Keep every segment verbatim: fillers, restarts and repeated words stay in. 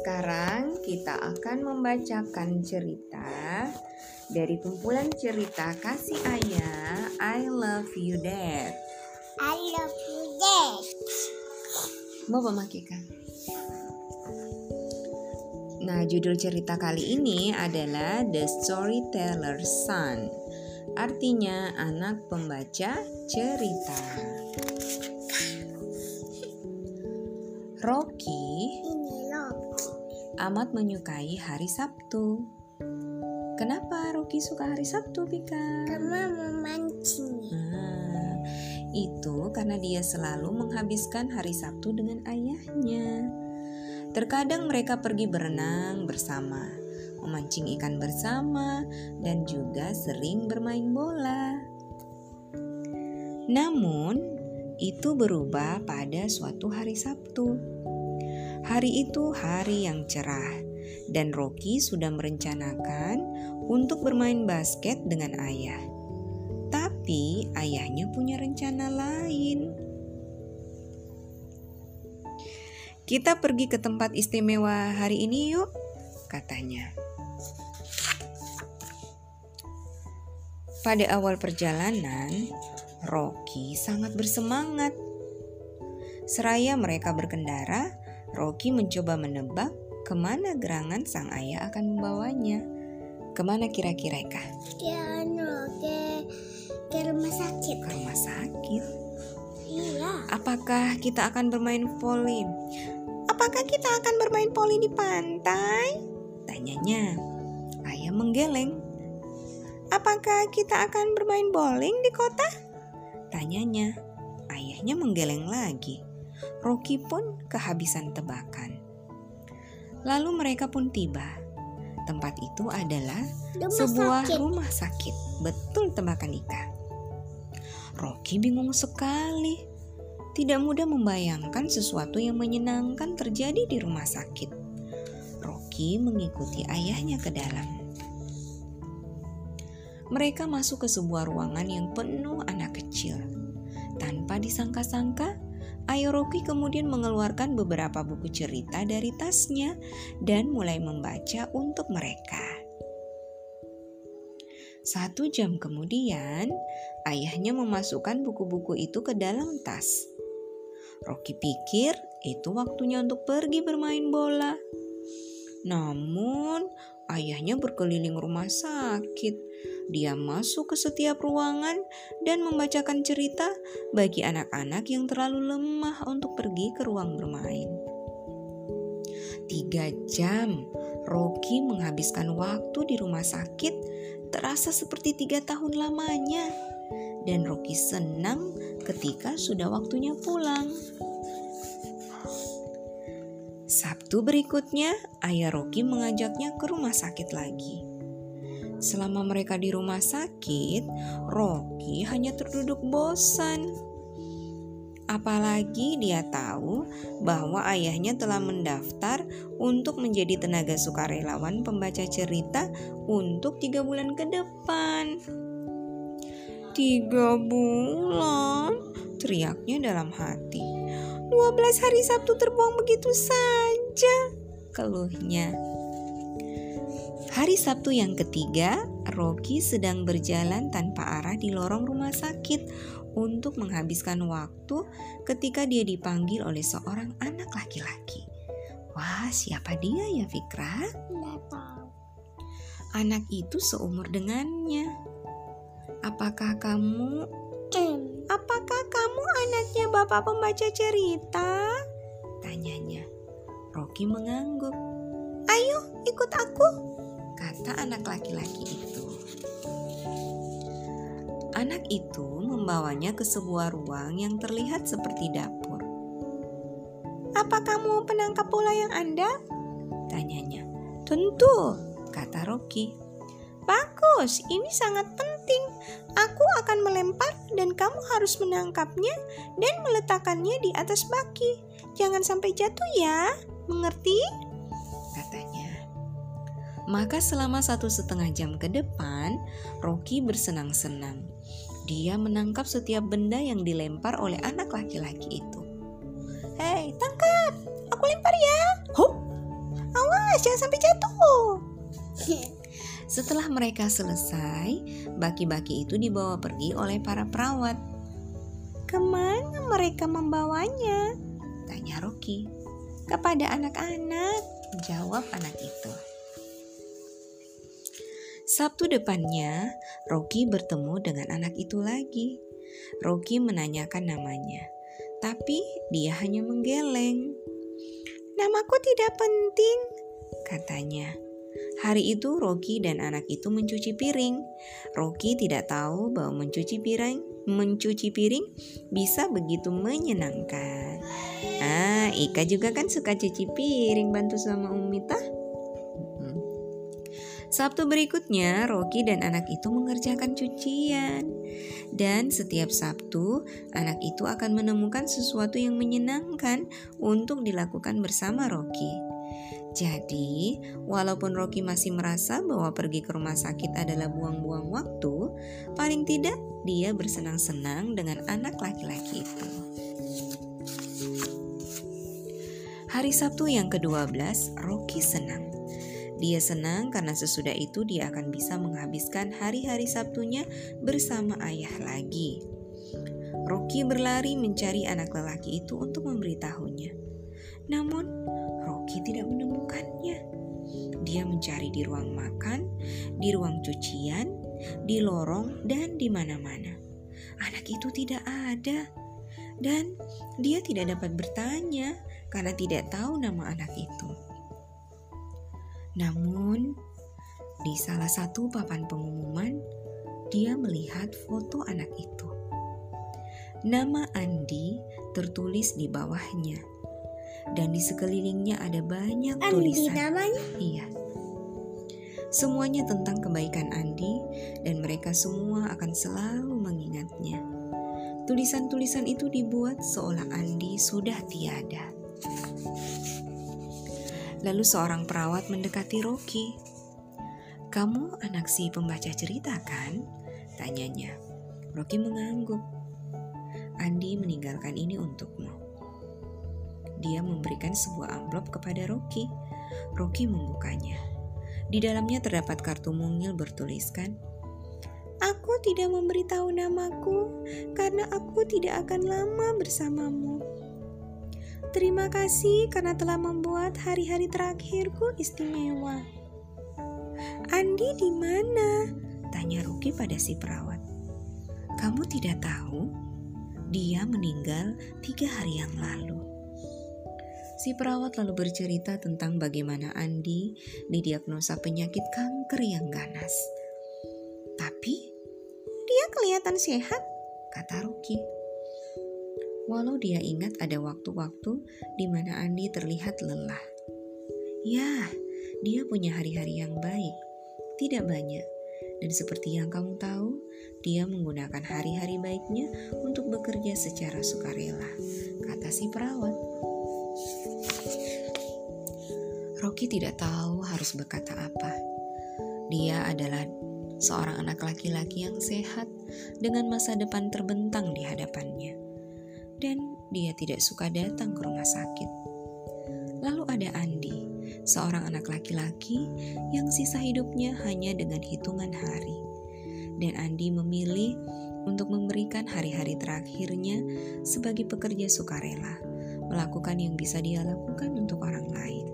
Sekarang kita akan membacakan cerita dari kumpulan cerita kasih ayah I Love You Dad. I love you, Dad. Mau memakikan. Nah, judul cerita kali ini adalah The Storyteller's Son. Artinya anak pembaca cerita. Rocky Ini loh. amat menyukai hari Sabtu. Kenapa Rocky suka hari Sabtu, Pika? Karena memancing. Nah, itu karena dia selalu menghabiskan hari Sabtu dengan ayahnya. Terkadang mereka pergi berenang bersama, memancing ikan bersama, dan juga sering bermain bola. Namun, itu berubah pada suatu hari Sabtu. Hari itu hari yang cerah, dan Rocky sudah merencanakan untuk bermain basket dengan ayah. Tapi ayahnya punya rencana lain. Kita pergi ke tempat istimewa hari ini yuk, katanya. Pada awal perjalanan, Rocky sangat bersemangat. Seraya mereka berkendara, Rocky mencoba menebak kemana gerangan sang ayah akan membawanya. Kemana kira-kira kah? Ke anu, ke ke rumah sakit. Ke rumah sakit. Iya. Apakah kita akan bermain voli? Apakah kita akan bermain voli di pantai? Tanyanya. Ayah menggeleng. Apakah kita akan bermain bowling di kota? Tanyanya. Ayahnya menggeleng lagi. Rocky pun kehabisan tebakan. Lalu mereka pun tiba. Tempat itu adalah Rumah sebuah sakit. rumah sakit. Betul tebakan Ika. Rocky bingung sekali. Tidak mudah membayangkan sesuatu yang menyenangkan terjadi di rumah sakit. Rocky mengikuti ayahnya ke dalam. Mereka masuk ke sebuah ruangan yang penuh anak kecil. Tanpa disangka-sangka, ayah Rocky kemudian mengeluarkan beberapa buku cerita dari tasnya dan mulai membaca untuk mereka. Satu jam kemudian, ayahnya memasukkan buku-buku itu ke dalam tas. Rocky pikir itu waktunya untuk pergi bermain bola. Namun, ayahnya berkeliling rumah sakit. Dia masuk ke setiap ruangan dan membacakan cerita bagi anak-anak yang terlalu lemah untuk pergi ke ruang bermain. Tiga jam, Rocky menghabiskan waktu di rumah sakit terasa seperti tiga tahun lamanya. Dan Rocky senang ketika sudah waktunya pulang. Sabtu berikutnya, ayah Rocky mengajaknya ke rumah sakit lagi. Selama mereka di rumah sakit, Rocky hanya terduduk bosan. Apalagi dia tahu bahwa ayahnya telah mendaftar untuk menjadi tenaga sukarelawan pembaca cerita untuk tiga bulan ke depan. Tiga bulan, teriaknya dalam hati. Dua belas hari Sabtu terbuang begitu saja, keluhnya. Hari Sabtu yang ketiga, Rocky sedang berjalan tanpa arah di lorong rumah sakit untuk menghabiskan waktu ketika dia dipanggil oleh seorang anak laki-laki. Wah, siapa dia ya, Fikra? Nggak tahu. Anak itu seumur dengannya. Apakah kamu Hmm. Apakah kamu anaknya bapak pembaca cerita? Tanyanya. Rocky mengangguk. Ayo ikut aku, kata anak laki-laki itu. Anak itu membawanya ke sebuah ruang yang terlihat seperti dapur. Apa kamu penangkap bola yang andal? Tanyanya. Tentu, kata Rocky. Bagus, ini sangat penting. Aku akan melempar dan kamu harus menangkapnya dan meletakkannya di atas baki. Jangan sampai jatuh ya, mengerti? Katanya. Maka selama satu setengah jam ke depan, Rocky bersenang-senang. Dia menangkap setiap benda yang dilempar oleh anak laki-laki itu. Hei, tangkap! Aku lempar ya! Hup! Awas, jangan sampai jatuh. Setelah mereka selesai, baki-baki itu dibawa pergi oleh para perawat. Kemana mereka membawanya? Tanya Rocky. Kepada anak-anak, jawab anak itu. Sabtu depannya, Rocky bertemu dengan anak itu lagi. Rocky menanyakan namanya, tapi dia hanya menggeleng. Namaku tidak penting, katanya. Hari itu Rocky dan anak itu mencuci piring. Rocky tidak tahu bahwa mencuci piring, mencuci piring bisa begitu menyenangkan. Ah, Ika juga kan suka cuci piring bantu sama Umita. Hmm. Sabtu berikutnya, Rocky dan anak itu mengerjakan cucian. Dan setiap Sabtu, anak itu akan menemukan sesuatu yang menyenangkan untuk dilakukan bersama Rocky. Jadi, walaupun Rocky masih merasa bahwa pergi ke rumah sakit adalah buang-buang waktu, paling tidak dia bersenang-senang dengan anak laki-laki itu. Hari Sabtu yang kedua belas, Rocky senang. Dia senang karena sesudah itu dia akan bisa menghabiskan hari-hari Sabtunya bersama ayah lagi. Rocky berlari mencari anak lelaki itu untuk memberitahunya. Namun, Rocky tidak menemukannya. Dia mencari di ruang makan, di ruang cucian, di lorong, dan di mana-mana. Anak itu tidak ada. Dan dia tidak dapat bertanya karena tidak tahu nama anak itu. Namun, di salah satu papan pengumuman, dia melihat foto anak itu. Nama Andi tertulis di bawahnya. Dan di sekelilingnya ada banyak Andi tulisan. namanya? Iya. Semuanya tentang kebaikan Andi dan mereka semua akan selalu mengingatnya. Tulisan-tulisan itu dibuat seolah Andi sudah tiada. Lalu seorang perawat mendekati Rocky. Kamu anak si pembaca cerita kan? Tanyanya. Rocky mengangguk. Andi meninggalkan ini untukmu. Dia memberikan sebuah amplop kepada Rocky. Rocky membukanya. Di dalamnya terdapat kartu mungil bertuliskan, Aku tidak memberitahu namaku karena aku tidak akan lama bersamamu. Terima kasih karena telah membuat hari-hari terakhirku istimewa. Andi di mana? Tanya Rocky pada si perawat. Kamu tidak tahu? Dia meninggal tiga hari yang lalu. Si perawat lalu bercerita tentang bagaimana Andi didiagnosa penyakit kanker yang ganas. Tapi dia kelihatan sehat, kata Rocky. Walau dia ingat ada waktu-waktu di mana Andi terlihat lelah. Ya, dia punya hari-hari yang baik, tidak banyak. Dan seperti yang kamu tahu, dia menggunakan hari-hari baiknya untuk bekerja secara sukarela, kata si perawat. Rocky tidak tahu harus berkata apa. Dia adalah seorang anak laki-laki yang sehat dengan masa depan terbentang di hadapannya. Dan dia tidak suka datang ke rumah sakit. Lalu ada Andi, seorang anak laki-laki yang sisa hidupnya hanya dengan hitungan hari. Dan Andi memilih untuk memberikan hari-hari terakhirnya sebagai pekerja sukarela, melakukan yang bisa dia lakukan untuk orang lain.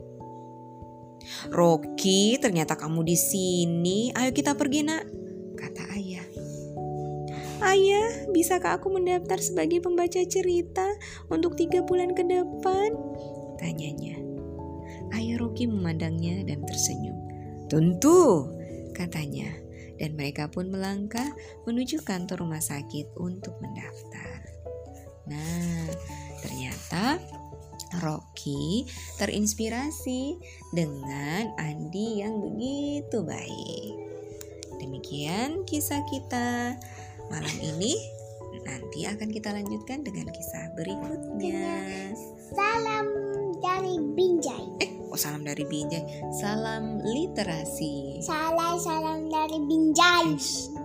Rocky, ternyata kamu di sini. Ayo kita pergi, Nak, kata ayah. Ayah, bisakah aku mendaftar sebagai pembaca cerita untuk tiga bulan ke depan? Tanyanya. Ayah Rocky memandangnya dan tersenyum. Tentu, katanya. Dan mereka pun melangkah menuju kantor rumah sakit untuk mendaftar. Nah, ternyata Rocky terinspirasi dengan Andi yang begitu baik. Demikian kisah kita malam ini. Nanti akan kita lanjutkan dengan kisah berikutnya. Salam dari Binjai. Eh, oh salam dari Binjai. Salam literasi. Salam salam dari Binjai.